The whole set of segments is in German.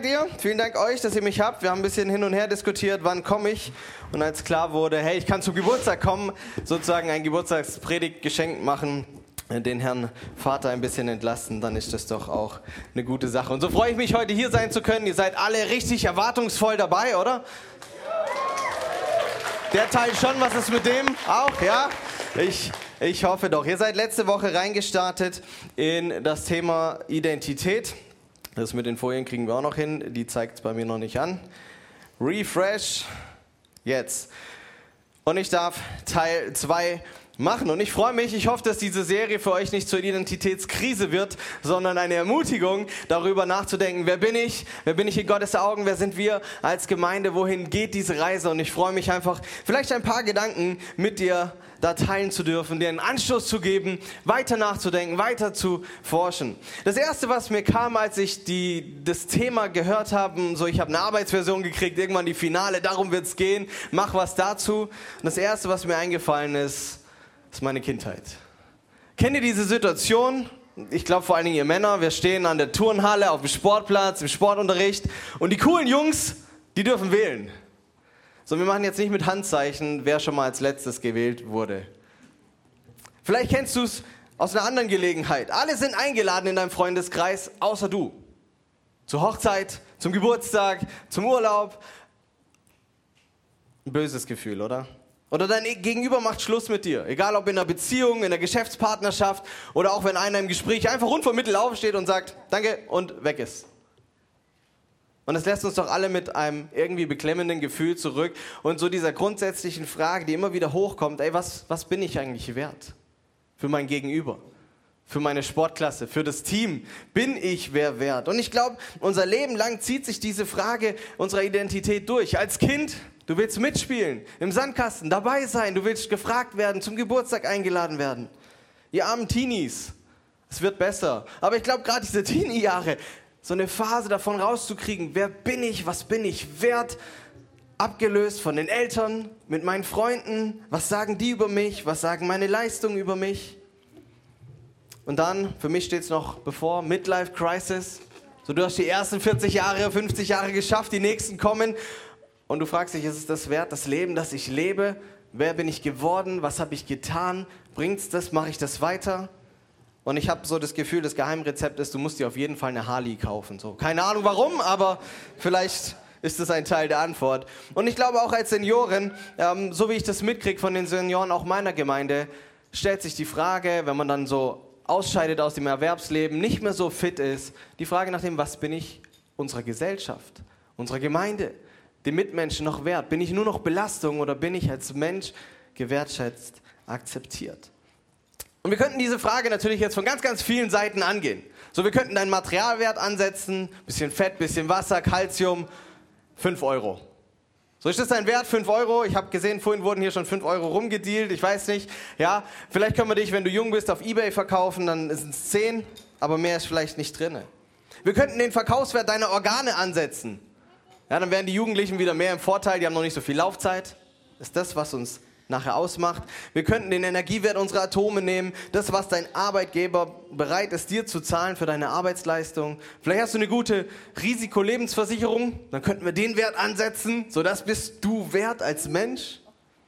dir. Vielen Dank euch, dass ihr mich habt. Wir haben ein bisschen hin und her diskutiert, wann komme ich. Und als klar wurde, hey, ich kann zum Geburtstag kommen, sozusagen ein Geburtstagspredigtgeschenk machen, den Herrn Vater ein bisschen entlasten, dann ist das doch auch eine gute Sache. Und so freue ich mich, heute hier sein zu können. Ihr seid alle richtig erwartungsvoll dabei, oder? Der teilt schon, was ist mit dem? Auch, ja? Ich hoffe doch. Ihr seid letzte Woche reingestartet in das Thema Identität. Das mit den Folien kriegen wir auch noch hin. Die zeigt es bei mir noch nicht an. Refresh. Jetzt. Und ich darf Teil 2 machen. Und ich freue mich, ich hoffe, dass diese Serie für euch nicht zur Identitätskrise wird, sondern eine Ermutigung, darüber nachzudenken, wer bin ich in Gottes Augen, wer sind wir als Gemeinde, wohin geht diese Reise? Und ich freue mich einfach, vielleicht ein paar Gedanken mit dir da teilen zu dürfen, dir einen Anstoß zu geben, weiter nachzudenken, weiter zu forschen. Das Erste, was mir kam, als ich das Thema gehört habe, so ich habe eine Arbeitsversion gekriegt, irgendwann die Finale, darum wird es gehen, mach was dazu. Und das Erste, was mir eingefallen ist meine Kindheit. Kennt ihr diese Situation? Ich glaube vor allen Dingen ihr Männer, wir stehen an der Turnhalle, auf dem Sportplatz, im Sportunterricht und die coolen Jungs, die dürfen wählen. So, wir machen jetzt nicht mit Handzeichen, wer schon mal als letztes gewählt wurde. Vielleicht kennst du es aus einer anderen Gelegenheit. Alle sind eingeladen in deinem Freundeskreis, außer du. Zur Hochzeit, zum Geburtstag, zum Urlaub. Ein böses Gefühl, oder? Oder dein Gegenüber macht Schluss mit dir. Egal ob in einer Beziehung, in einer Geschäftspartnerschaft oder auch wenn einer im Gespräch einfach unvermittelt aufsteht und sagt, danke und weg ist. Und das lässt uns doch alle mit einem irgendwie beklemmenden Gefühl zurück und so dieser grundsätzlichen Frage, die immer wieder hochkommt, ey, was bin ich eigentlich wert für mein Gegenüber, für meine Sportklasse, für das Team? Bin ich wer wert? Und ich glaube, unser Leben lang zieht sich diese Frage unserer Identität durch. Als Kind, du willst mitspielen, im Sandkasten, dabei sein, du willst gefragt werden, zum Geburtstag eingeladen werden. Ihr armen Teenies, es wird besser. Aber ich glaube, gerade diese Teenie-Jahre, so eine Phase davon rauszukriegen, wer bin ich, was bin ich wert, abgelöst von den Eltern, mit meinen Freunden, was sagen die über mich, was sagen meine Leistungen über mich. Und dann, für mich steht es noch bevor, Midlife Crisis. So, du hast die ersten 40 Jahre, 50 Jahre geschafft, die nächsten kommen und du fragst dich, ist es das wert, das Leben, das ich lebe? Wer bin ich geworden? Was habe ich getan? Bringt's das? Mache ich das weiter? Und ich habe so das Gefühl, das Geheimrezept ist, du musst dir auf jeden Fall eine Harley kaufen. So, keine Ahnung warum, aber vielleicht ist das ein Teil der Antwort. Und ich glaube auch als Seniorin, so wie ich das mitkriege von den Senioren auch meiner Gemeinde, stellt sich die Frage, wenn man dann so ausscheidet aus dem Erwerbsleben, nicht mehr so fit ist, die Frage nach dem, was bin ich unserer Gesellschaft, unserer Gemeinde, den Mitmenschen noch wert? Bin ich nur noch Belastung oder bin ich als Mensch gewertschätzt, akzeptiert? Und wir könnten diese Frage natürlich jetzt von ganz, ganz vielen Seiten angehen. So, wir könnten deinen Materialwert ansetzen, bisschen Fett, bisschen Wasser, Calcium, 5 Euro. So, ist das dein Wert, 5 Euro? Ich habe gesehen, vorhin wurden hier schon 5 Euro rumgedealt, ich weiß nicht. Ja, vielleicht können wir dich, wenn du jung bist, auf eBay verkaufen, dann sind es 10, aber mehr ist vielleicht nicht drin. Wir könnten den Verkaufswert deiner Organe ansetzen. Ja, dann wären die Jugendlichen wieder mehr im Vorteil, die haben noch nicht so viel Laufzeit. Das ist das, was uns nachher ausmacht. Wir könnten den Energiewert unserer Atome nehmen, das, was dein Arbeitgeber bereit ist, dir zu zahlen für deine Arbeitsleistung. Vielleicht hast du eine gute Risikolebensversicherung, dann könnten wir den Wert ansetzen, so das bist du wert als Mensch.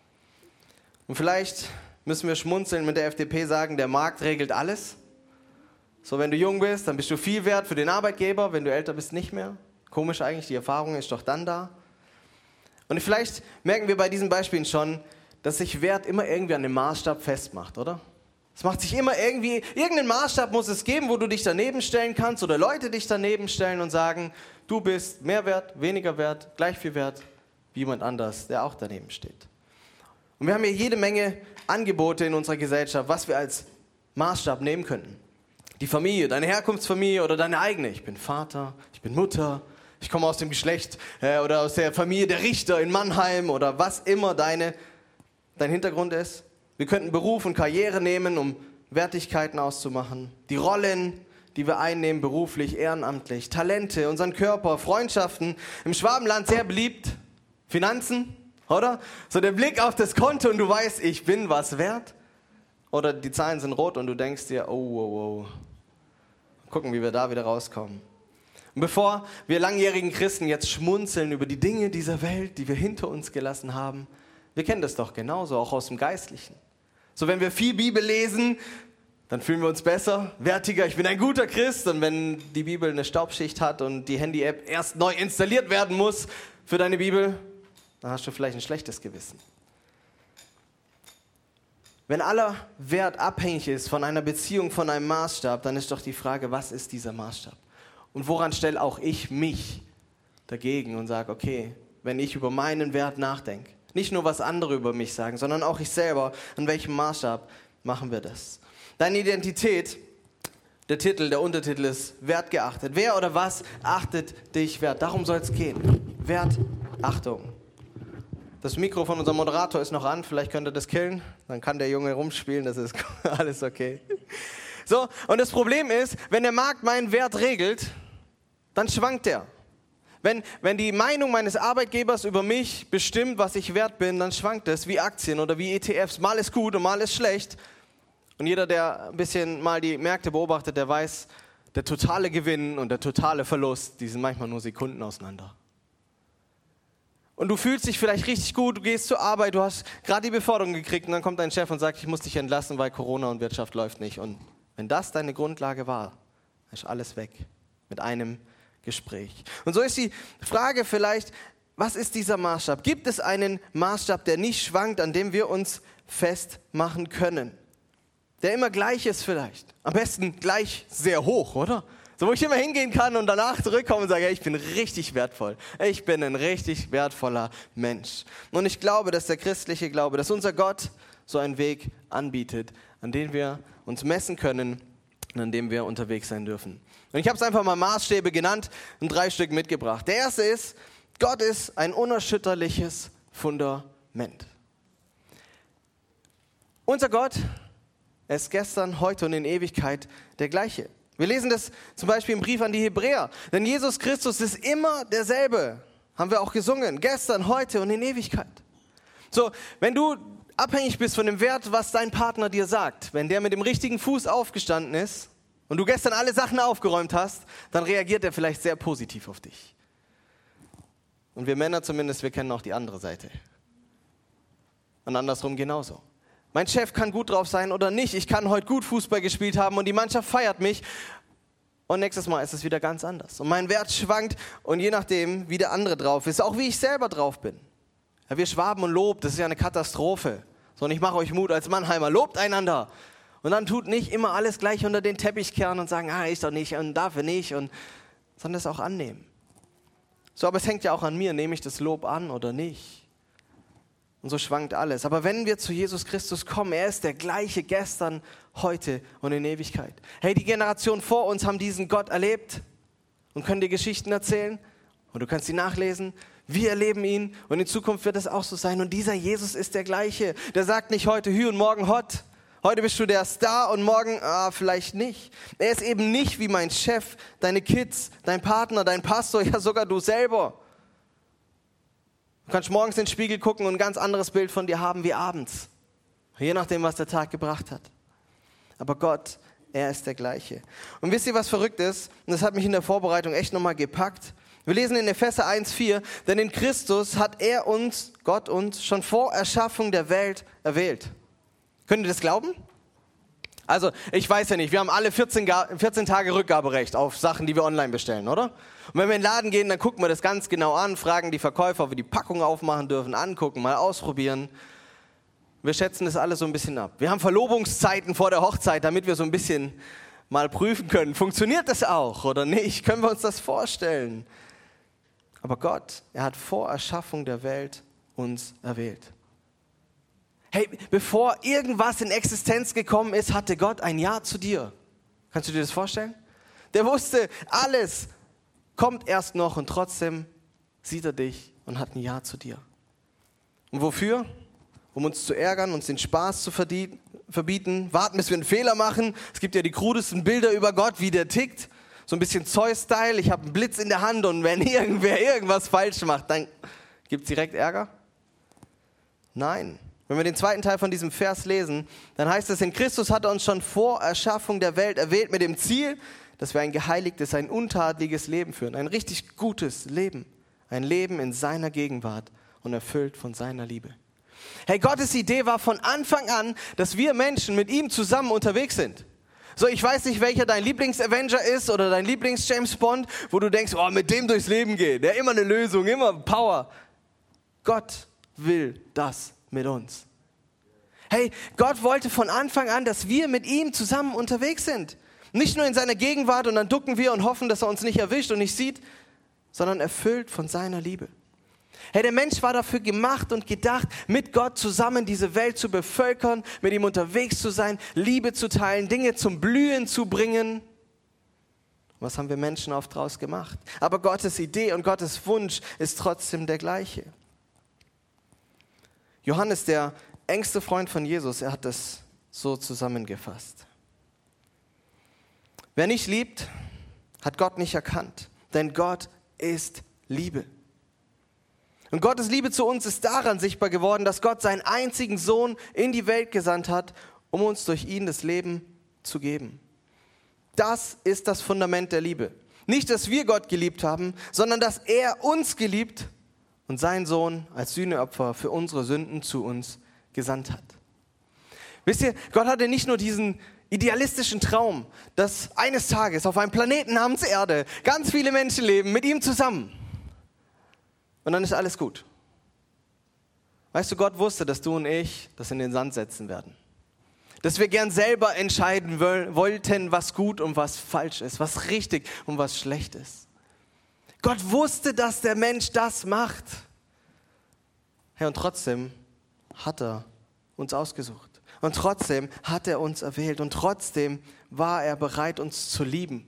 Und vielleicht müssen wir schmunzeln mit der FDP sagen, der Markt regelt alles. So, wenn du jung bist, dann bist du viel wert für den Arbeitgeber, wenn du älter bist, nicht mehr. Komisch eigentlich, die Erfahrung ist doch dann da. Und vielleicht merken wir bei diesen Beispielen schon, dass sich Wert immer irgendwie an dem Maßstab festmacht, oder? Es macht sich immer irgendwie, irgendeinen Maßstab muss es geben, wo du dich daneben stellen kannst oder Leute dich daneben stellen und sagen, du bist mehr wert, weniger wert, gleich viel wert wie jemand anders, der auch daneben steht. Und wir haben hier jede Menge Angebote in unserer Gesellschaft, was wir als Maßstab nehmen könnten. Die Familie, deine Herkunftsfamilie oder deine eigene. Ich bin Vater, ich bin Mutter, ich komme aus dem Geschlecht oder aus der Familie der Richter in Mannheim oder was immer dein Hintergrund ist. Wir könnten Beruf und Karriere nehmen, um Wertigkeiten auszumachen. Die Rollen, die wir einnehmen, beruflich, ehrenamtlich. Talente, unseren Körper, Freundschaften. Im Schwabenland sehr beliebt. Finanzen, oder? So der Blick auf das Konto und du weißt, ich bin was wert. Oder die Zahlen sind rot und du denkst dir, oh. Gucken, wie wir da wieder rauskommen. Und bevor wir langjährigen Christen jetzt schmunzeln über die Dinge dieser Welt, die wir hinter uns gelassen haben, wir kennen das doch genauso, auch aus dem Geistlichen. So, wenn wir viel Bibel lesen, dann fühlen wir uns besser, wertiger, ich bin ein guter Christ. Und wenn die Bibel eine Staubschicht hat und die Handy-App erst neu installiert werden muss für deine Bibel, dann hast du vielleicht ein schlechtes Gewissen. Wenn aller Wert abhängig ist von einer Beziehung, von einem Maßstab, dann ist doch die Frage, was ist dieser Maßstab? Und woran stelle auch ich mich dagegen und sage, okay, wenn ich über meinen Wert nachdenke, nicht nur was andere über mich sagen, sondern auch ich selber, an welchem Maßstab machen wir das? Deine Identität, der Titel, der Untertitel ist wertgeachtet. Wer oder was achtet dich wert? Darum soll es gehen. Wertachtung. Das Mikro von unserem Moderator ist noch an, vielleicht könnt ihr das killen, dann kann der Junge rumspielen, das ist alles okay. So, und das Problem ist, wenn der Markt meinen Wert regelt, dann schwankt der. Wenn die Meinung meines Arbeitgebers über mich bestimmt, was ich wert bin, dann schwankt es wie Aktien oder wie ETFs. Mal ist gut und mal ist schlecht. Und jeder, der ein bisschen mal die Märkte beobachtet, der weiß, der totale Gewinn und der totale Verlust, die sind manchmal nur Sekunden auseinander. Und du fühlst dich vielleicht richtig gut, du gehst zur Arbeit, du hast gerade die Beförderung gekriegt und dann kommt dein Chef und sagt, ich muss dich entlassen, weil Corona und Wirtschaft läuft nicht. Und wenn das deine Grundlage war, ist alles weg mit einem Gespräch. Und so ist die Frage vielleicht, was ist dieser Maßstab? Gibt es einen Maßstab, der nicht schwankt, an dem wir uns festmachen können? Der immer gleich ist vielleicht. Am besten gleich sehr hoch, oder? So, wo ich immer hingehen kann und danach zurückkommen und sage, hey, ich bin richtig wertvoll. Ich bin ein richtig wertvoller Mensch. Und ich glaube, dass der christliche Glaube, dass unser Gott so einen Weg anbietet, an dem wir uns messen können und an dem wir unterwegs sein dürfen. Und ich habe es einfach mal Maßstäbe genannt und 3 Stück mitgebracht. Der erste ist, Gott ist ein unerschütterliches Fundament. Unser Gott, er ist gestern, heute und in Ewigkeit der gleiche. Wir lesen das zum Beispiel im Brief an die Hebräer. Denn Jesus Christus ist immer derselbe. Haben wir auch gesungen. Gestern, heute und in Ewigkeit. So, wenn du abhängig bist von dem Wert, was dein Partner dir sagt, wenn der mit dem richtigen Fuß aufgestanden ist und du gestern alle Sachen aufgeräumt hast, dann reagiert er vielleicht sehr positiv auf dich. Und wir Männer zumindest, wir kennen auch die andere Seite. Und andersrum genauso. Mein Chef kann gut drauf sein oder nicht. Ich kann heute gut Fußball gespielt haben und die Mannschaft feiert mich. Und nächstes Mal ist es wieder ganz anders. Und mein Wert schwankt und je nachdem, wie der andere drauf ist, auch wie ich selber drauf bin. Ja, wir Schwaben und Lob, das ist ja eine Katastrophe. So, und ich mache euch Mut als Mannheimer, lobt einander. Und dann tut nicht immer alles gleich unter den Teppich kehren und sagen, ich doch nicht und dafür nicht. Sondern es auch annehmen. So, aber es hängt ja auch an mir, nehme ich das Lob an oder nicht? Und so schwankt alles. Aber wenn wir zu Jesus Christus kommen, er ist der gleiche gestern, heute und in Ewigkeit. Hey, die Generation vor uns haben diesen Gott erlebt und können dir Geschichten erzählen und du kannst sie nachlesen. Wir erleben ihn und in Zukunft wird es auch so sein. Und dieser Jesus ist der gleiche. Der sagt nicht heute Hü und morgen Hott. Heute bist du der Star und morgen vielleicht nicht. Er ist eben nicht wie mein Chef, deine Kids, dein Partner, dein Pastor, ja sogar du selber. Du kannst morgens in den Spiegel gucken und ein ganz anderes Bild von dir haben wie abends. Je nachdem, was der Tag gebracht hat. Aber Gott, er ist der gleiche. Und wisst ihr, was verrückt ist? Und das hat mich in der Vorbereitung echt nochmal gepackt. Wir lesen in Epheser 1,4, denn in Christus hat er uns, Gott uns, schon vor Erschaffung der Welt erwählt. Könnt ihr das glauben? Also, ich weiß ja nicht, wir haben alle 14 Tage Rückgaberecht auf Sachen, die wir online bestellen, oder? Und wenn wir in den Laden gehen, dann gucken wir das ganz genau an, fragen die Verkäufer, ob wir die Packung aufmachen dürfen, angucken, mal ausprobieren. Wir schätzen das alles so ein bisschen ab. Wir haben Verlobungszeiten vor der Hochzeit, damit wir so ein bisschen mal prüfen können, funktioniert das auch oder nicht? Können wir uns das vorstellen? Aber Gott, er hat vor Erschaffung der Welt uns erwählt. Hey, bevor irgendwas in Existenz gekommen ist, hatte Gott ein Ja zu dir. Kannst du dir das vorstellen? Der wusste, alles kommt erst noch und trotzdem sieht er dich und hat ein Ja zu dir. Und wofür? Um uns zu ärgern, uns den Spaß zu verbieten, warten, bis wir einen Fehler machen. Es gibt ja die krudesten Bilder über Gott, wie der tickt. So ein bisschen Zeus-Style, ich habe einen Blitz in der Hand und wenn irgendwer irgendwas falsch macht, dann gibt es direkt Ärger? Nein. Wenn wir den zweiten Teil von diesem Vers lesen, dann heißt es, in Christus hat er uns schon vor Erschaffung der Welt erwählt mit dem Ziel, dass wir ein geheiligtes, ein untadeliges Leben führen. Ein richtig gutes Leben. Ein Leben in seiner Gegenwart und erfüllt von seiner Liebe. Hey, Gottes Idee war von Anfang an, dass wir Menschen mit ihm zusammen unterwegs sind. So, ich weiß nicht, welcher dein Lieblings-Avenger ist oder dein Lieblings-James Bond, wo du denkst, oh, mit dem durchs Leben gehen, der immer eine Lösung, immer Power. Gott will das mit uns. Hey, Gott wollte von Anfang an, dass wir mit ihm zusammen unterwegs sind. Nicht nur in seiner Gegenwart und dann ducken wir und hoffen, dass er uns nicht erwischt und nicht sieht, sondern erfüllt von seiner Liebe. Hey, der Mensch war dafür gemacht und gedacht, mit Gott zusammen diese Welt zu bevölkern, mit ihm unterwegs zu sein, Liebe zu teilen, Dinge zum Blühen zu bringen. Was haben wir Menschen oft draus gemacht? Aber Gottes Idee und Gottes Wunsch ist trotzdem der gleiche. Johannes, der engste Freund von Jesus, er hat das so zusammengefasst. Wer nicht liebt, hat Gott nicht erkannt, denn Gott ist Liebe. Und Gottes Liebe zu uns ist daran sichtbar geworden, dass Gott seinen einzigen Sohn in die Welt gesandt hat, um uns durch ihn das Leben zu geben. Das ist das Fundament der Liebe. Nicht, dass wir Gott geliebt haben, sondern dass er uns geliebt und seinen Sohn als Sühneopfer für unsere Sünden zu uns gesandt hat. Wisst ihr, Gott hatte nicht nur diesen idealistischen Traum, dass eines Tages auf einem Planeten namens Erde ganz viele Menschen leben mit ihm zusammen. Und dann ist alles gut. Weißt du, Gott wusste, dass du und ich das in den Sand setzen werden. Dass wir gern selber entscheiden wollten, was gut und was falsch ist, was richtig und was schlecht ist. Gott wusste, dass der Mensch das macht. Hey, und trotzdem hat er uns ausgesucht. Und trotzdem hat er uns erwählt. Und trotzdem war er bereit, uns zu lieben.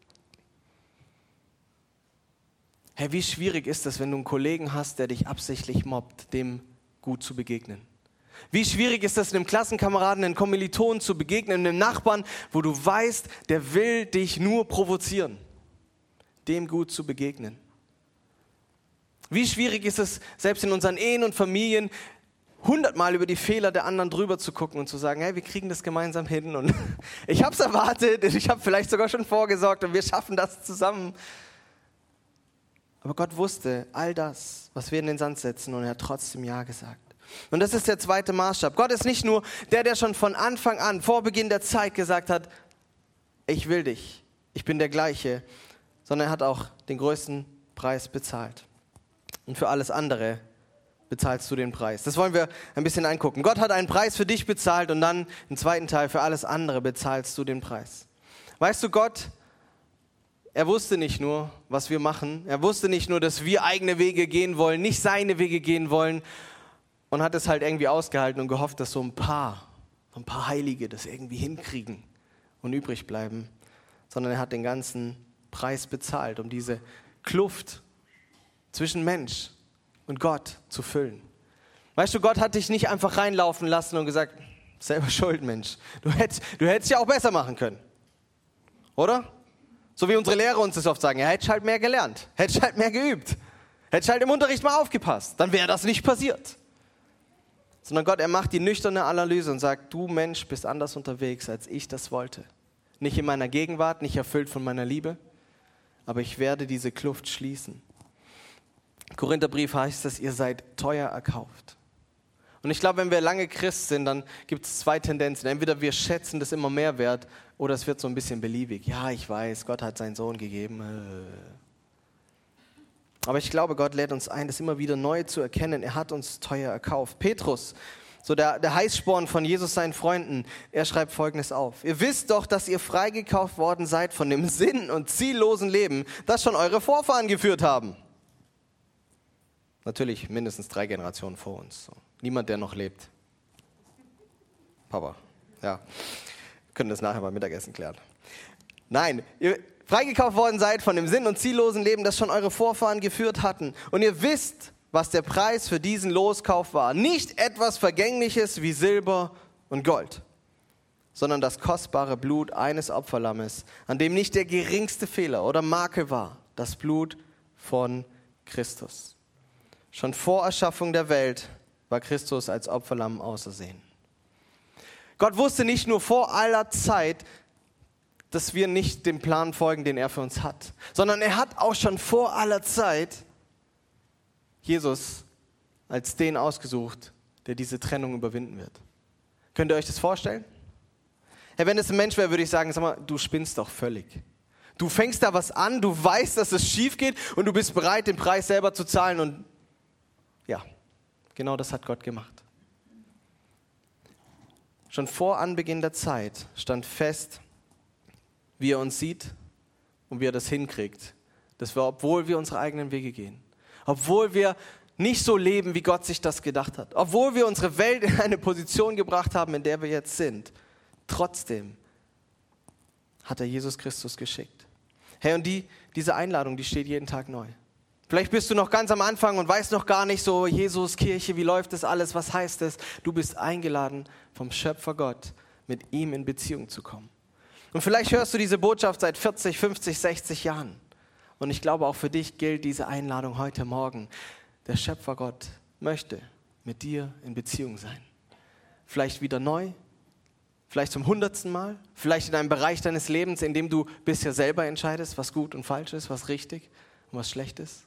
Hey, wie schwierig ist es, wenn du einen Kollegen hast, der dich absichtlich mobbt, dem gut zu begegnen? Wie schwierig ist es, einem Klassenkameraden, einem Kommilitonen zu begegnen, einem Nachbarn, wo du weißt, der will dich nur provozieren, dem gut zu begegnen? Wie schwierig ist es, selbst in unseren Ehen und Familien, 100-mal über die Fehler der anderen drüber zu gucken und zu sagen, hey, wir kriegen das gemeinsam hin und ich habe es erwartet, ich habe vielleicht sogar schon vorgesorgt und wir schaffen das zusammen. Aber Gott wusste all das, was wir in den Sand setzen, und er hat trotzdem Ja gesagt. Und das ist der zweite Maßstab. Gott ist nicht nur der schon von Anfang an, vor Beginn der Zeit gesagt hat, ich will dich, ich bin der Gleiche, sondern er hat auch den größten Preis bezahlt. Und für alles andere bezahlst du den Preis. Das wollen wir ein bisschen angucken. Gott hat einen Preis für dich bezahlt und dann im zweiten Teil für alles andere bezahlst du den Preis. Weißt du, Gott, er wusste nicht nur, was wir machen. Er wusste nicht nur, dass wir eigene Wege gehen wollen, nicht seine Wege gehen wollen, und hat es halt irgendwie ausgehalten und gehofft, dass so ein paar Heilige das irgendwie hinkriegen und übrig bleiben, sondern er hat den ganzen Preis bezahlt, um diese Kluft zwischen Mensch und Gott zu füllen. Weißt du, Gott hat dich nicht einfach reinlaufen lassen und gesagt, selber schuld, Mensch. Du hättest ja auch besser machen können. Oder? So wie unsere Lehrer uns das oft sagen, ja, hättest halt mehr gelernt, hättest halt mehr geübt, hättest halt im Unterricht mal aufgepasst, dann wäre das nicht passiert. Sondern Gott, er macht die nüchterne Analyse und sagt, du Mensch bist anders unterwegs, als ich das wollte. Nicht in meiner Gegenwart, nicht erfüllt von meiner Liebe, aber ich werde diese Kluft schließen. Im Korintherbrief heißt es, ihr seid teuer erkauft. Und ich glaube, wenn wir lange Christ sind, dann gibt es zwei Tendenzen. Entweder wir schätzen das immer mehr wert oder es wird so ein bisschen beliebig. Ja, ich weiß, Gott hat seinen Sohn gegeben. Aber ich glaube, Gott lädt uns ein, das immer wieder neu zu erkennen. Er hat uns teuer erkauft. Petrus, so der Heißsporn von Jesus seinen Freunden, er schreibt Folgendes auf. Ihr wisst doch, dass ihr freigekauft worden seid von dem sinn- und ziellosen Leben, das schon eure Vorfahren geführt haben. Natürlich mindestens 3 Generationen vor uns. So. Niemand, der noch lebt. Papa, ja. Wir können das nachher beim Mittagessen klären. Nein, ihr freigekauft worden seid von dem sinn- und ziellosen Leben, das schon eure Vorfahren geführt hatten. Und ihr wisst, was der Preis für diesen Loskauf war. Nicht etwas Vergängliches wie Silber und Gold, sondern das kostbare Blut eines Opferlammes, an dem nicht der geringste Fehler oder Makel war. Das Blut von Christus. Schon vor Erschaffung der Welt war Christus als Opferlamm ausersehen. Gott wusste nicht nur vor aller Zeit, dass wir nicht dem Plan folgen, den er für uns hat, sondern er hat auch schon vor aller Zeit Jesus als den ausgesucht, der diese Trennung überwinden wird. Könnt ihr euch das vorstellen? Hey, wenn es ein Mensch wäre, würde ich sagen, sag mal, du spinnst doch völlig. Du fängst da was an, du weißt, dass es schief geht und du bist bereit, den Preis selber zu zahlen. Und ja, genau das hat Gott gemacht. Schon vor Anbeginn der Zeit stand fest, wie er uns sieht und wie er das hinkriegt. Dass wir, obwohl wir unsere eigenen Wege gehen, obwohl wir nicht so leben, wie Gott sich das gedacht hat, obwohl wir unsere Welt in eine Position gebracht haben, in der wir jetzt sind, trotzdem hat er Jesus Christus geschickt. Hey, und diese Einladung, die steht jeden Tag neu. Vielleicht bist du noch ganz am Anfang und weißt noch gar nicht so, Jesus, Kirche, wie läuft das alles, was heißt das? Du bist eingeladen, vom Schöpfer Gott mit ihm in Beziehung zu kommen. Und vielleicht hörst du diese Botschaft seit 40, 50, 60 Jahren. Und ich glaube, auch für dich gilt diese Einladung heute Morgen. Der Schöpfer Gott möchte mit dir in Beziehung sein. Vielleicht wieder neu, vielleicht zum 100. Mal, vielleicht in einem Bereich deines Lebens, in dem du bisher selber entscheidest, was gut und falsch ist, was richtig und was schlecht ist.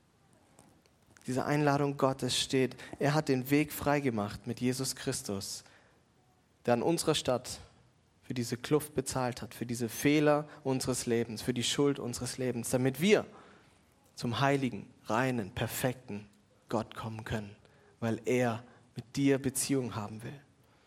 Diese Einladung Gottes steht, er hat den Weg freigemacht mit Jesus Christus, der an unserer Stadt für diese Kluft bezahlt hat, für diese Fehler unseres Lebens, für die Schuld unseres Lebens, damit wir zum heiligen, reinen, perfekten Gott kommen können, weil er mit dir Beziehung haben will.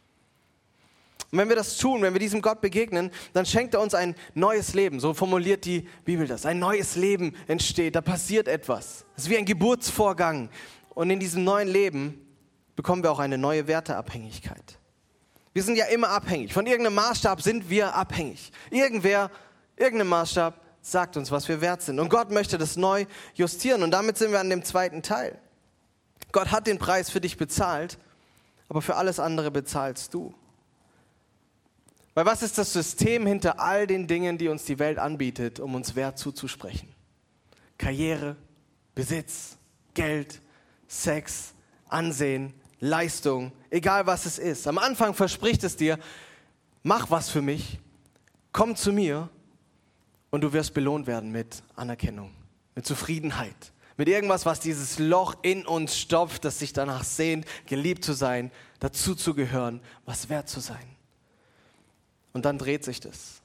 Und wenn wir das tun, wenn wir diesem Gott begegnen, dann schenkt er uns ein neues Leben. So formuliert die Bibel das. Ein neues Leben entsteht, da passiert etwas. Es ist wie ein Geburtsvorgang. Und in diesem neuen Leben bekommen wir auch eine neue Werteabhängigkeit. Wir sind ja immer abhängig. Von irgendeinem Maßstab sind wir abhängig. Irgendein Maßstab sagt uns, was wir wert sind. Und Gott möchte das neu justieren. Und damit sind wir an dem zweiten Teil. Gott hat den Preis für dich bezahlt, aber für alles andere bezahlst du. Weil was ist das System hinter all den Dingen, die uns die Welt anbietet, um uns Wert zuzusprechen? Karriere, Besitz, Geld, Sex, Ansehen, Leistung, egal was es ist. Am Anfang verspricht es dir, mach was für mich, komm zu mir und du wirst belohnt werden mit Anerkennung, mit Zufriedenheit, mit irgendwas, was dieses Loch in uns stopft, das sich danach sehnt, geliebt zu sein, dazu zu gehören, was wert zu sein. Und dann dreht sich das.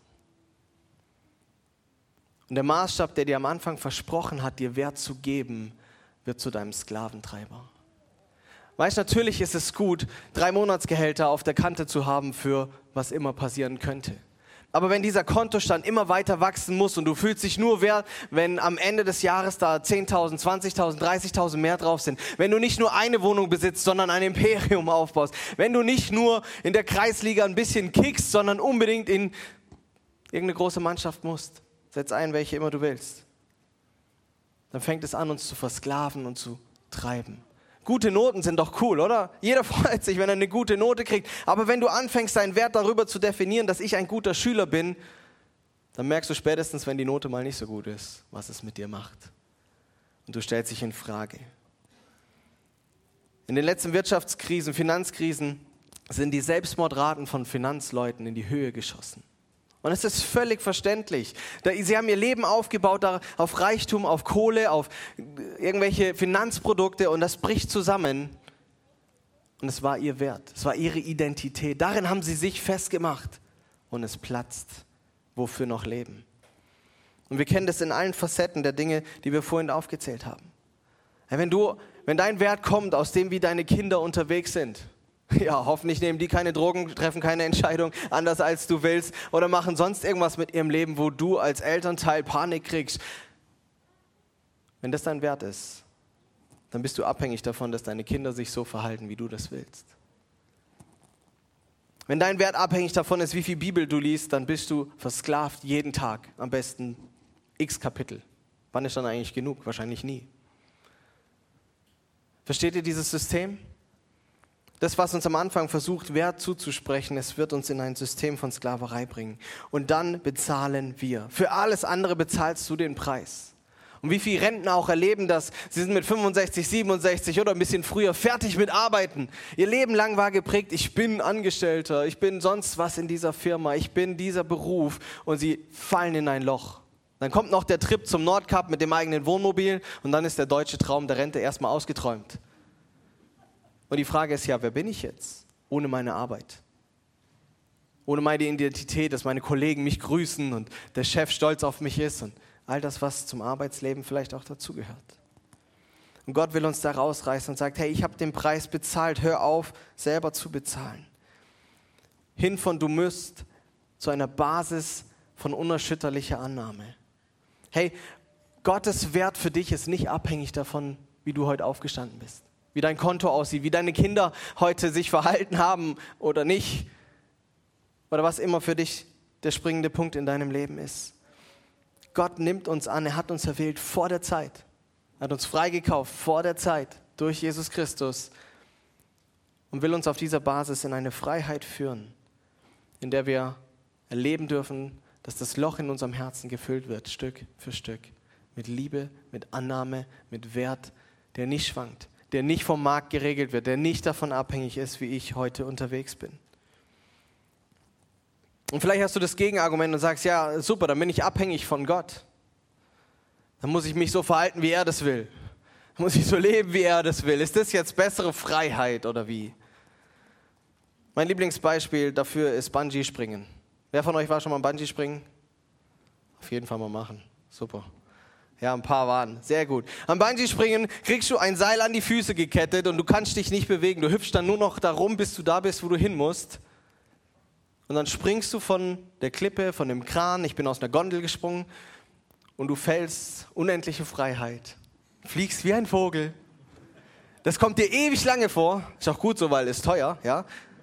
Und der Maßstab, der dir am Anfang versprochen hat, dir Wert zu geben, wird zu deinem Sklaventreiber. Weißt du, natürlich ist es gut, 3 Monatsgehälter auf der Kante zu haben für was immer passieren könnte. Aber wenn dieser Kontostand immer weiter wachsen muss und du fühlst dich nur wert, wenn am Ende des Jahres da 10.000, 20.000, 30.000 mehr drauf sind, wenn du nicht nur eine Wohnung besitzt, sondern ein Imperium aufbaust, wenn du nicht nur in der Kreisliga ein bisschen kickst, sondern unbedingt in irgendeine große Mannschaft musst, setz ein, welche immer du willst, dann fängt es an, uns zu versklaven und zu treiben. Gute Noten sind doch cool, oder? Jeder freut sich, wenn er eine gute Note kriegt. Aber wenn du anfängst, deinen Wert darüber zu definieren, dass ich ein guter Schüler bin, dann merkst du spätestens, wenn die Note mal nicht so gut ist, was es mit dir macht. Und du stellst dich in Frage. In den letzten Wirtschaftskrisen, Finanzkrisen sind die Selbstmordraten von Finanzleuten in die Höhe geschossen. Und es ist völlig verständlich. Sie haben ihr Leben aufgebaut auf Reichtum, auf Kohle, auf irgendwelche Finanzprodukte und das bricht zusammen. Und es war ihr Wert, es war ihre Identität. Darin haben sie sich festgemacht und es platzt. Wofür noch leben? Und wir kennen das in allen Facetten der Dinge, die wir vorhin aufgezählt haben. Wenn dein Wert kommt aus dem, wie deine Kinder unterwegs sind, ja, hoffentlich nehmen die keine Drogen, treffen keine Entscheidung anders als du willst oder machen sonst irgendwas mit ihrem Leben, wo du als Elternteil Panik kriegst. Wenn das dein Wert ist, dann bist du abhängig davon, dass deine Kinder sich so verhalten, wie du das willst. Wenn dein Wert abhängig davon ist, wie viel Bibel du liest, dann bist du versklavt jeden Tag, am besten x Kapitel. Wann ist dann eigentlich genug? Wahrscheinlich nie. Versteht ihr dieses System? Das, was uns am Anfang versucht, Wert zuzusprechen, es wird uns in ein System von Sklaverei bringen. Und dann bezahlen wir. Für alles andere bezahlst du den Preis. Und wie viele Rentner auch erleben das, sie sind mit 65, 67 oder ein bisschen früher fertig mit Arbeiten. Ihr Leben lang war geprägt, ich bin Angestellter, ich bin sonst was in dieser Firma, ich bin dieser Beruf und sie fallen in ein Loch. Dann kommt noch der Trip zum Nordkap mit dem eigenen Wohnmobil und dann ist der deutsche Traum der Rente erstmal ausgeträumt. Und die Frage ist ja, wer bin ich jetzt ohne meine Arbeit? Ohne meine Identität, dass meine Kollegen mich grüßen und der Chef stolz auf mich ist und all das, was zum Arbeitsleben vielleicht auch dazugehört. Und Gott will uns da rausreißen und sagt, hey, ich habe den Preis bezahlt, hör auf, selber zu bezahlen. Hin von du müsst zu einer Basis von unerschütterlicher Annahme. Hey, Gottes Wert für dich ist nicht abhängig davon, wie du heute aufgestanden bist, wie dein Konto aussieht, wie deine Kinder heute sich verhalten haben oder nicht, oder was immer für dich der springende Punkt in deinem Leben ist. Gott nimmt uns an, er hat uns erwählt vor der Zeit, er hat uns freigekauft vor der Zeit durch Jesus Christus und will uns auf dieser Basis in eine Freiheit führen, in der wir erleben dürfen, dass das Loch in unserem Herzen gefüllt wird, Stück für Stück, mit Liebe, mit Annahme, mit Wert, der nicht schwankt, der nicht vom Markt geregelt wird, der nicht davon abhängig ist, wie ich heute unterwegs bin. Und vielleicht hast du das Gegenargument und sagst, ja super, dann bin ich abhängig von Gott. Dann muss ich mich so verhalten, wie er das will. Dann muss ich so leben, wie er das will. Ist das jetzt bessere Freiheit oder wie? Mein Lieblingsbeispiel dafür ist Bungee-Springen. Wer von euch war schon mal Bungee-Springen? Auf jeden Fall mal machen. Super. Ja, ein paar waren. Sehr gut. Am Bungee-Springen kriegst du ein Seil an die Füße gekettet und du kannst dich nicht bewegen. Du hüpfst dann nur noch darum, bis du da bist, wo du hin musst. Und dann springst du von der Klippe, von dem Kran, ich bin aus einer Gondel gesprungen und du fällst unendliche Freiheit. Fliegst wie ein Vogel. Das kommt dir ewig lange vor. Ist auch gut so, weil es teuer, ja.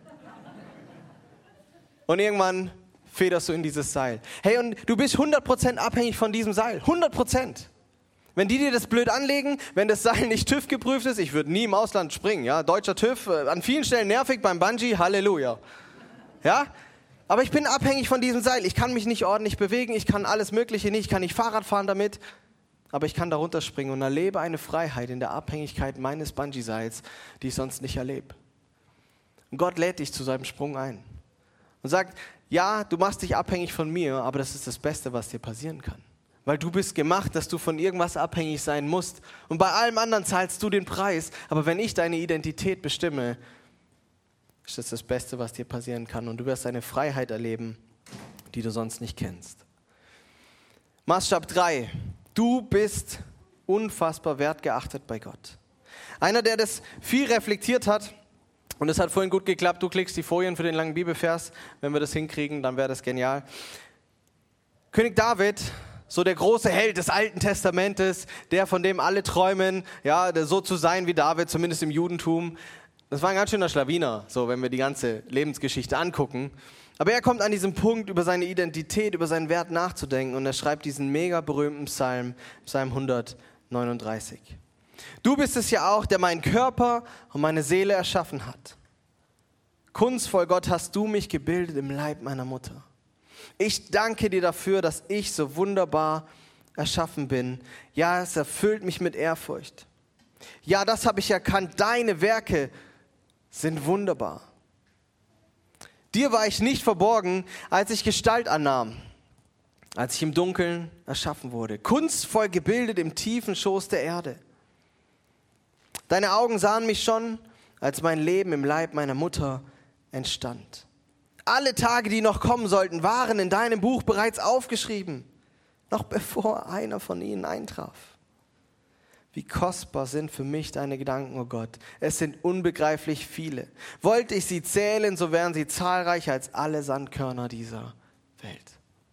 Und irgendwann federst du in dieses Seil. Hey, und du bist 100% abhängig von diesem Seil. 100%. Wenn die dir das blöd anlegen, wenn das Seil nicht TÜV geprüft ist, ich würde nie im Ausland springen, ja. Deutscher TÜV, an vielen Stellen nervig beim Bungee, Halleluja. Ja. Aber ich bin abhängig von diesem Seil. Ich kann mich nicht ordentlich bewegen, ich kann alles Mögliche nicht, ich kann nicht Fahrrad fahren damit, aber ich kann da runterspringen und erlebe eine Freiheit in der Abhängigkeit meines Bungee-Seils, die ich sonst nicht erlebe. Und Gott lädt dich zu seinem Sprung ein und sagt, ja, du machst dich abhängig von mir, aber das ist das Beste, was dir passieren kann. Weil du bist gemacht, dass du von irgendwas abhängig sein musst und bei allem anderen zahlst du den Preis, aber wenn ich deine Identität bestimme, ist das das Beste, was dir passieren kann. Und du wirst eine Freiheit erleben, die du sonst nicht kennst. Maßstab 3. Du bist unfassbar wertgeachtet bei Gott. Einer, der das viel reflektiert hat, und es hat vorhin gut geklappt, du klickst die Folien für den langen Bibelvers. Wenn wir das hinkriegen, dann wäre das genial. König David, so der große Held des Alten Testamentes, der von dem alle träumen, ja, so zu sein wie David, zumindest im Judentum. Das war ein ganz schöner Schlawiner, so wenn wir die ganze Lebensgeschichte angucken. Aber er kommt an diesem Punkt, über seine Identität, über seinen Wert nachzudenken und er schreibt diesen mega berühmten Psalm, Psalm 139. Du bist es ja auch, der meinen Körper und meine Seele erschaffen hat. Kunstvoll, Gott, hast du mich gebildet im Leib meiner Mutter. Ich danke dir dafür, dass ich so wunderbar erschaffen bin. Ja, es erfüllt mich mit Ehrfurcht. Ja, das habe ich erkannt, deine Werke sind wunderbar. Dir war ich nicht verborgen, als ich Gestalt annahm, als ich im Dunkeln erschaffen wurde, kunstvoll gebildet im tiefen Schoß der Erde. Deine Augen sahen mich schon, als mein Leben im Leib meiner Mutter entstand. Alle Tage, die noch kommen sollten, waren in deinem Buch bereits aufgeschrieben, noch bevor einer von ihnen eintraf. Wie kostbar sind für mich deine Gedanken, oh Gott. Es sind unbegreiflich viele. Wollte ich sie zählen, so wären sie zahlreicher als alle Sandkörner dieser Welt.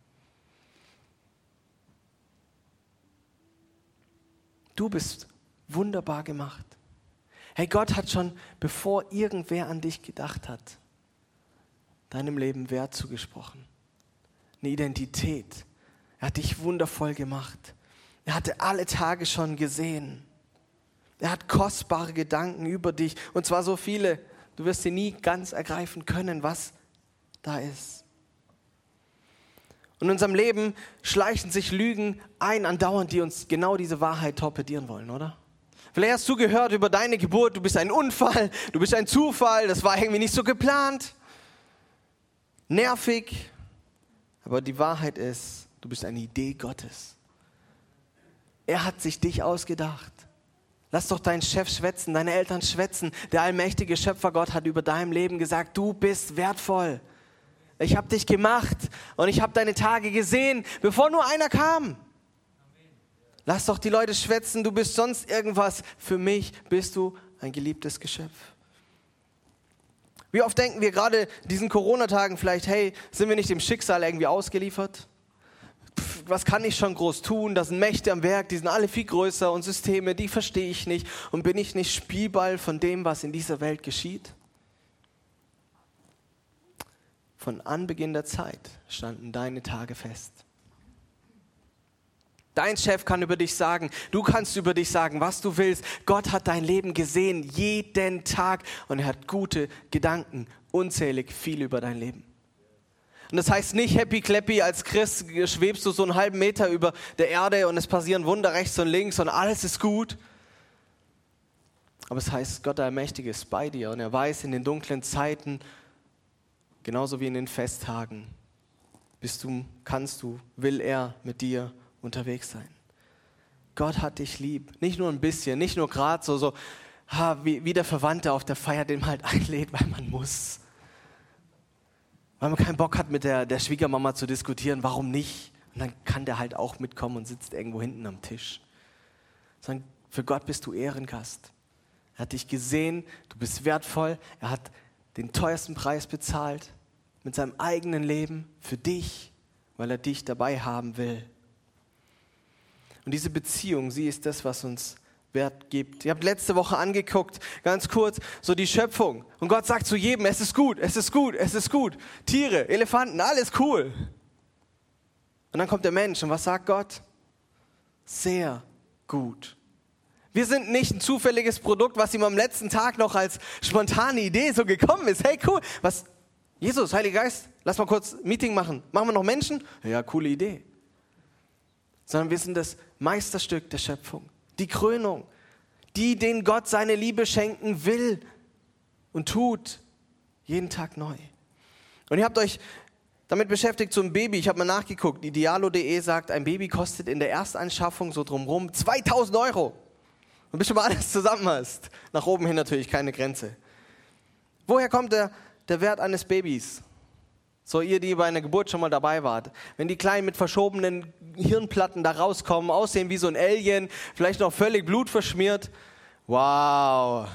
Du bist wunderbar gemacht. Hey, Gott hat schon, bevor irgendwer an dich gedacht hat, deinem Leben Wert zugesprochen. Eine Identität. Er hat dich wundervoll gemacht. Er hatte alle Tage schon gesehen. Er hat kostbare Gedanken über dich. Und zwar so viele, du wirst sie nie ganz ergreifen können, was da ist. Und in unserem Leben schleichen sich Lügen ein andauernd, die uns genau diese Wahrheit torpedieren wollen, oder? Vielleicht hast du gehört über deine Geburt, du bist ein Unfall, du bist ein Zufall, das war irgendwie nicht so geplant. Nervig. Aber die Wahrheit ist, du bist eine Idee Gottes. Er hat sich dich ausgedacht. Lass doch deinen Chef schwätzen, deine Eltern schwätzen. Der allmächtige Schöpfer Gott hat über deinem Leben gesagt, du bist wertvoll. Ich habe dich gemacht und ich habe deine Tage gesehen, bevor nur einer kam. Lass doch die Leute schwätzen, du bist sonst irgendwas. Für mich bist du ein geliebtes Geschöpf. Wie oft denken wir gerade diesen Corona-Tagen vielleicht, hey, sind wir nicht dem Schicksal irgendwie ausgeliefert? Was kann ich schon groß tun? Da sind Mächte am Werk, die sind alle viel größer und Systeme, die verstehe ich nicht. Und bin ich nicht Spielball von dem, was in dieser Welt geschieht? Von Anbeginn der Zeit standen deine Tage fest. Dein Chef kann über dich sagen, du kannst über dich sagen, was du willst. Gott hat dein Leben gesehen, jeden Tag. Und er hat gute Gedanken, unzählig viel über dein Leben. Und das heißt nicht happy clappy, als Christ schwebst du so einen halben Meter über der Erde und es passieren Wunder rechts und links und alles ist gut. Aber es heißt, Gott der Allmächtige ist bei dir und er weiß in den dunklen Zeiten, genauso wie in den Festtagen, kannst du, will er mit dir unterwegs sein. Gott hat dich lieb. Nicht nur ein bisschen, nicht nur gerade so wie der Verwandte auf der Feier, den man halt einlädt, weil man muss. Weil man keinen Bock hat, mit der Schwiegermama zu diskutieren, warum nicht? Und dann kann der halt auch mitkommen und sitzt irgendwo hinten am Tisch. Sondern für Gott bist du Ehrengast. Er hat dich gesehen, du bist wertvoll. Er hat den teuersten Preis bezahlt mit seinem eigenen Leben für dich, weil er dich dabei haben will. Und diese Beziehung, sie ist das, was uns Wert gibt. Ihr habt letzte Woche angeguckt, ganz kurz, so die Schöpfung. Und Gott sagt zu jedem, es ist gut, es ist gut, es ist gut. Tiere, Elefanten, alles cool. Und dann kommt der Mensch und was sagt Gott? Sehr gut. Wir sind nicht ein zufälliges Produkt, was ihm am letzten Tag noch als spontane Idee so gekommen ist. Hey, cool. Was? Jesus, Heiliger Geist, lass mal kurz ein Meeting machen. Machen wir noch Menschen? Ja, coole Idee. Sondern wir sind das Meisterstück der Schöpfung. Die Krönung, denen Gott seine Liebe schenken will und tut, jeden Tag neu. Und ihr habt euch damit beschäftigt, so ein Baby, ich habe mal nachgeguckt, idealo.de sagt, ein Baby kostet in der Erstanschaffung so drumherum 2.000 €. Und bis du mal alles zusammen hast, nach oben hin natürlich keine Grenze. Woher kommt der Wert eines Babys? So ihr, die bei einer Geburt schon mal dabei wart. Wenn die Kleinen mit verschobenen Hirnplatten da rauskommen, aussehen wie so ein Alien, vielleicht noch völlig blutverschmiert. Wow,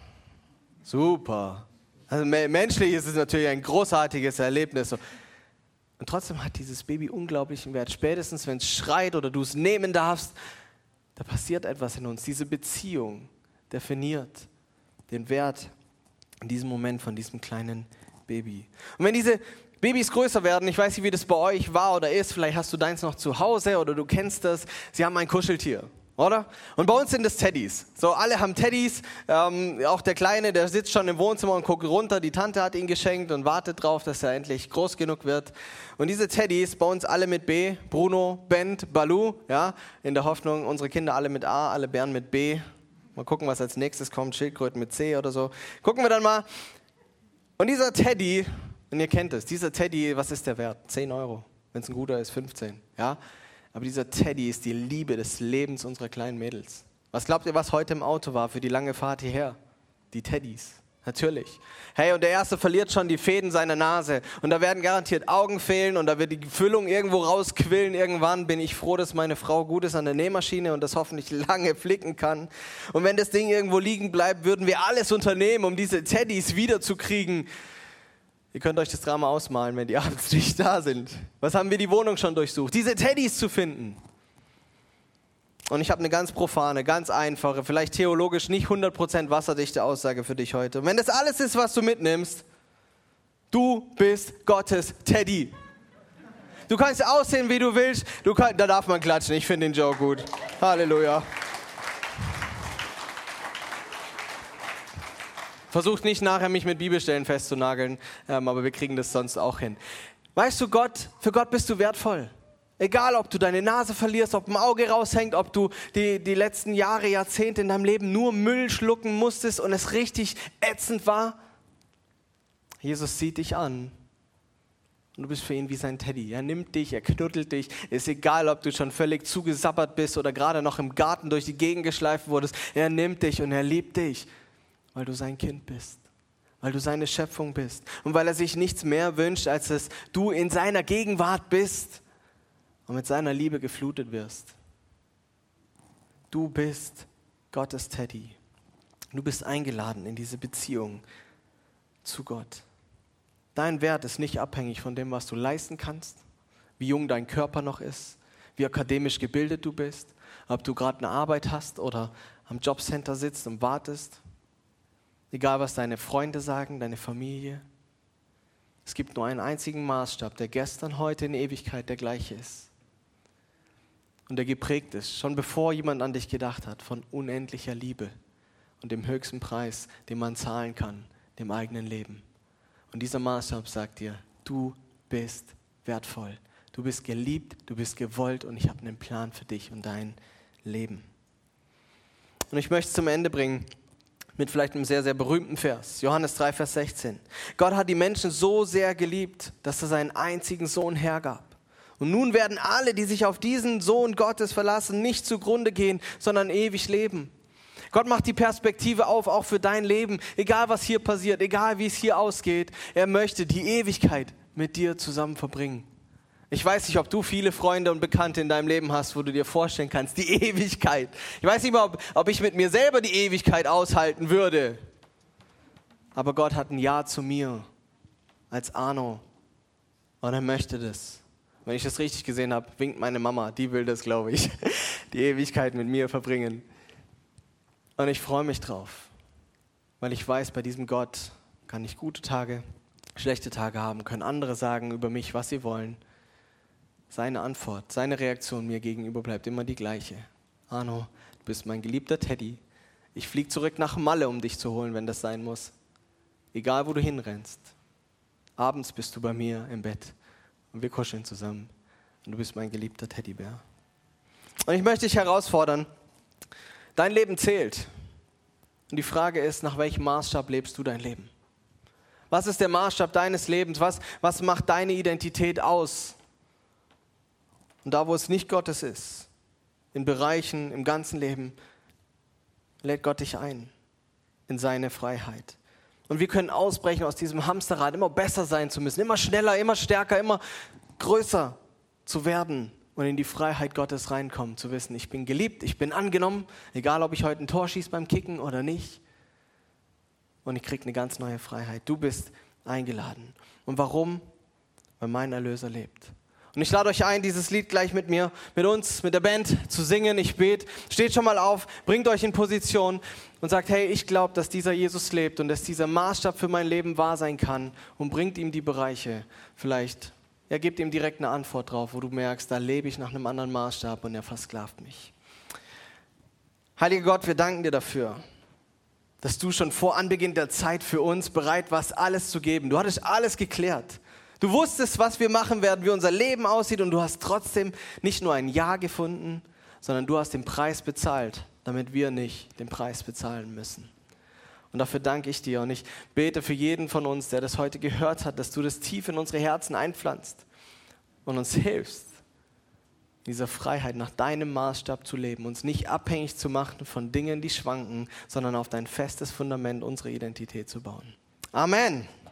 super. Also menschlich ist es natürlich ein großartiges Erlebnis. Und trotzdem hat dieses Baby unglaublichen Wert. Spätestens, wenn es schreit oder du es nehmen darfst, da passiert etwas in uns. Diese Beziehung definiert den Wert in diesem Moment von diesem kleinen Baby. Und wenn diese Babys größer werden, ich weiß nicht, wie das bei euch war oder ist, vielleicht hast du deins noch zu Hause oder du kennst das, sie haben ein Kuscheltier, oder? Und bei uns sind es Teddys. So, alle haben Teddys, auch der Kleine, der sitzt schon im Wohnzimmer und guckt runter, die Tante hat ihn geschenkt und wartet drauf, dass er endlich groß genug wird. Und diese Teddys, bei uns alle mit B, Bruno, Bent, Balu, ja, in der Hoffnung, unsere Kinder alle mit A, alle Bären mit B. Mal gucken, was als nächstes kommt, Schildkröten mit C oder so. Gucken wir dann mal. Und dieser Teddy, und ihr kennt es, dieser Teddy, was ist der Wert? 10 €. Wenn es ein guter ist, 15. Ja? Aber dieser Teddy ist die Liebe des Lebens unserer kleinen Mädels. Was glaubt ihr, was heute im Auto war für die lange Fahrt hierher? Die Teddys. Natürlich. Hey, und der Erste verliert schon die Fäden seiner Nase. Und da werden garantiert Augen fehlen und da wird die Füllung irgendwo rausquillen. Irgendwann bin ich froh, dass meine Frau gut ist an der Nähmaschine und das hoffentlich lange flicken kann. Und wenn das Ding irgendwo liegen bleibt, würden wir alles unternehmen, um diese Teddys wiederzukriegen. Ihr könnt euch das Drama ausmalen, wenn die abends nicht da sind. Was haben wir die Wohnung schon durchsucht? Diese Teddys zu finden. Und ich habe eine ganz profane, ganz einfache, vielleicht theologisch nicht 100% wasserdichte Aussage für dich heute. Und wenn das alles ist, was du mitnimmst, du bist Gottes Teddy. Du kannst aussehen, wie du willst. Da darf man klatschen, ich finde den Joke gut. Halleluja. Versucht nicht nachher, mich mit Bibelstellen festzunageln, aber wir kriegen das sonst auch hin. Weißt du, für Gott bist du wertvoll. Egal, ob du deine Nase verlierst, ob ein Auge raushängt, ob du die letzten Jahre, Jahrzehnte in deinem Leben nur Müll schlucken musstest und es richtig ätzend war. Jesus sieht dich an und du bist für ihn wie sein Teddy. Er nimmt dich, er knuddelt dich. Ist egal, ob du schon völlig zugesabbert bist oder gerade noch im Garten durch die Gegend geschleift wurdest. Er nimmt dich und er liebt dich, weil du sein Kind bist. Weil du seine Schöpfung bist und weil er sich nichts mehr wünscht, als dass du in seiner Gegenwart bist und mit seiner Liebe geflutet wirst. Du bist Gottes Teddy. Du bist eingeladen in diese Beziehung zu Gott. Dein Wert ist nicht abhängig von dem, was du leisten kannst, wie jung dein Körper noch ist, wie akademisch gebildet du bist, ob du gerade eine Arbeit hast oder am Jobcenter sitzt und wartest. Egal, was deine Freunde sagen, deine Familie. Es gibt nur einen einzigen Maßstab, der gestern, heute in Ewigkeit der gleiche ist. Und der geprägt ist, schon bevor jemand an dich gedacht hat, von unendlicher Liebe und dem höchsten Preis, den man zahlen kann, dem eigenen Leben. Und dieser Maßstab sagt dir, du bist wertvoll, du bist geliebt, du bist gewollt und ich habe einen Plan für dich und dein Leben. Und ich möchte es zum Ende bringen mit vielleicht einem sehr, sehr berühmten Vers. Johannes 3, Vers 16. Gott hat die Menschen so sehr geliebt, dass er seinen einzigen Sohn hergab. Und nun werden alle, die sich auf diesen Sohn Gottes verlassen, nicht zugrunde gehen, sondern ewig leben. Gott macht die Perspektive auf, auch für dein Leben. Egal, was hier passiert, egal, wie es hier ausgeht. Er möchte die Ewigkeit mit dir zusammen verbringen. Ich weiß nicht, ob du viele Freunde und Bekannte in deinem Leben hast, wo du dir vorstellen kannst, die Ewigkeit. Ich weiß nicht mal, ob ich mit mir selber die Ewigkeit aushalten würde. Aber Gott hat ein Ja zu mir als Arno. Und er möchte das. Wenn ich das richtig gesehen habe, winkt meine Mama. Die will das, glaube ich. Die Ewigkeit mit mir verbringen. Und ich freue mich drauf. Weil ich weiß, bei diesem Gott kann ich gute Tage, schlechte Tage haben. Können andere sagen über mich, was sie wollen. Seine Antwort, seine Reaktion mir gegenüber bleibt immer die gleiche. Arno, du bist mein geliebter Teddy. Ich fliege zurück nach Malle, um dich zu holen, wenn das sein muss. Egal, wo du hinrennst. Abends bist du bei mir im Bett und wir kuscheln zusammen. Und du bist mein geliebter Teddybär. Und ich möchte dich herausfordern, dein Leben zählt. Und die Frage ist, nach welchem Maßstab lebst du dein Leben? Was ist der Maßstab deines Lebens? Was macht deine Identität aus? Und da, wo es nicht Gottes ist, in Bereichen, im ganzen Leben, lädt Gott dich ein in seine Freiheit. Und wir können ausbrechen aus diesem Hamsterrad, immer besser sein zu müssen, immer schneller, immer stärker, immer größer zu werden und in die Freiheit Gottes reinkommen, zu wissen, ich bin geliebt, ich bin angenommen, egal ob ich heute ein Tor schieße beim Kicken oder nicht. Und ich kriege eine ganz neue Freiheit. Du bist eingeladen. Und warum? Weil mein Erlöser lebt. Und ich lade euch ein, dieses Lied gleich mit mir, mit uns, mit der Band zu singen. Ich bete. Steht schon mal auf, bringt euch in Position und sagt, hey, ich glaube, dass dieser Jesus lebt und dass dieser Maßstab für mein Leben wahr sein kann und bringt ihm die Bereiche. Vielleicht, gebt ihm direkt eine Antwort drauf, wo du merkst, da lebe ich nach einem anderen Maßstab und er versklavt mich. Heiliger Gott, wir danken dir dafür, dass du schon vor Anbeginn der Zeit für uns bereit warst, alles zu geben. Du hattest alles geklärt. Du wusstest, was wir machen werden, wie unser Leben aussieht und du hast trotzdem nicht nur ein Ja gefunden, sondern du hast den Preis bezahlt, damit wir nicht den Preis bezahlen müssen. Und dafür danke ich dir und ich bete für jeden von uns, der das heute gehört hat, dass du das tief in unsere Herzen einpflanzt und uns hilfst, dieser Freiheit nach deinem Maßstab zu leben, uns nicht abhängig zu machen von Dingen, die schwanken, sondern auf dein festes Fundament unserer Identität zu bauen. Amen.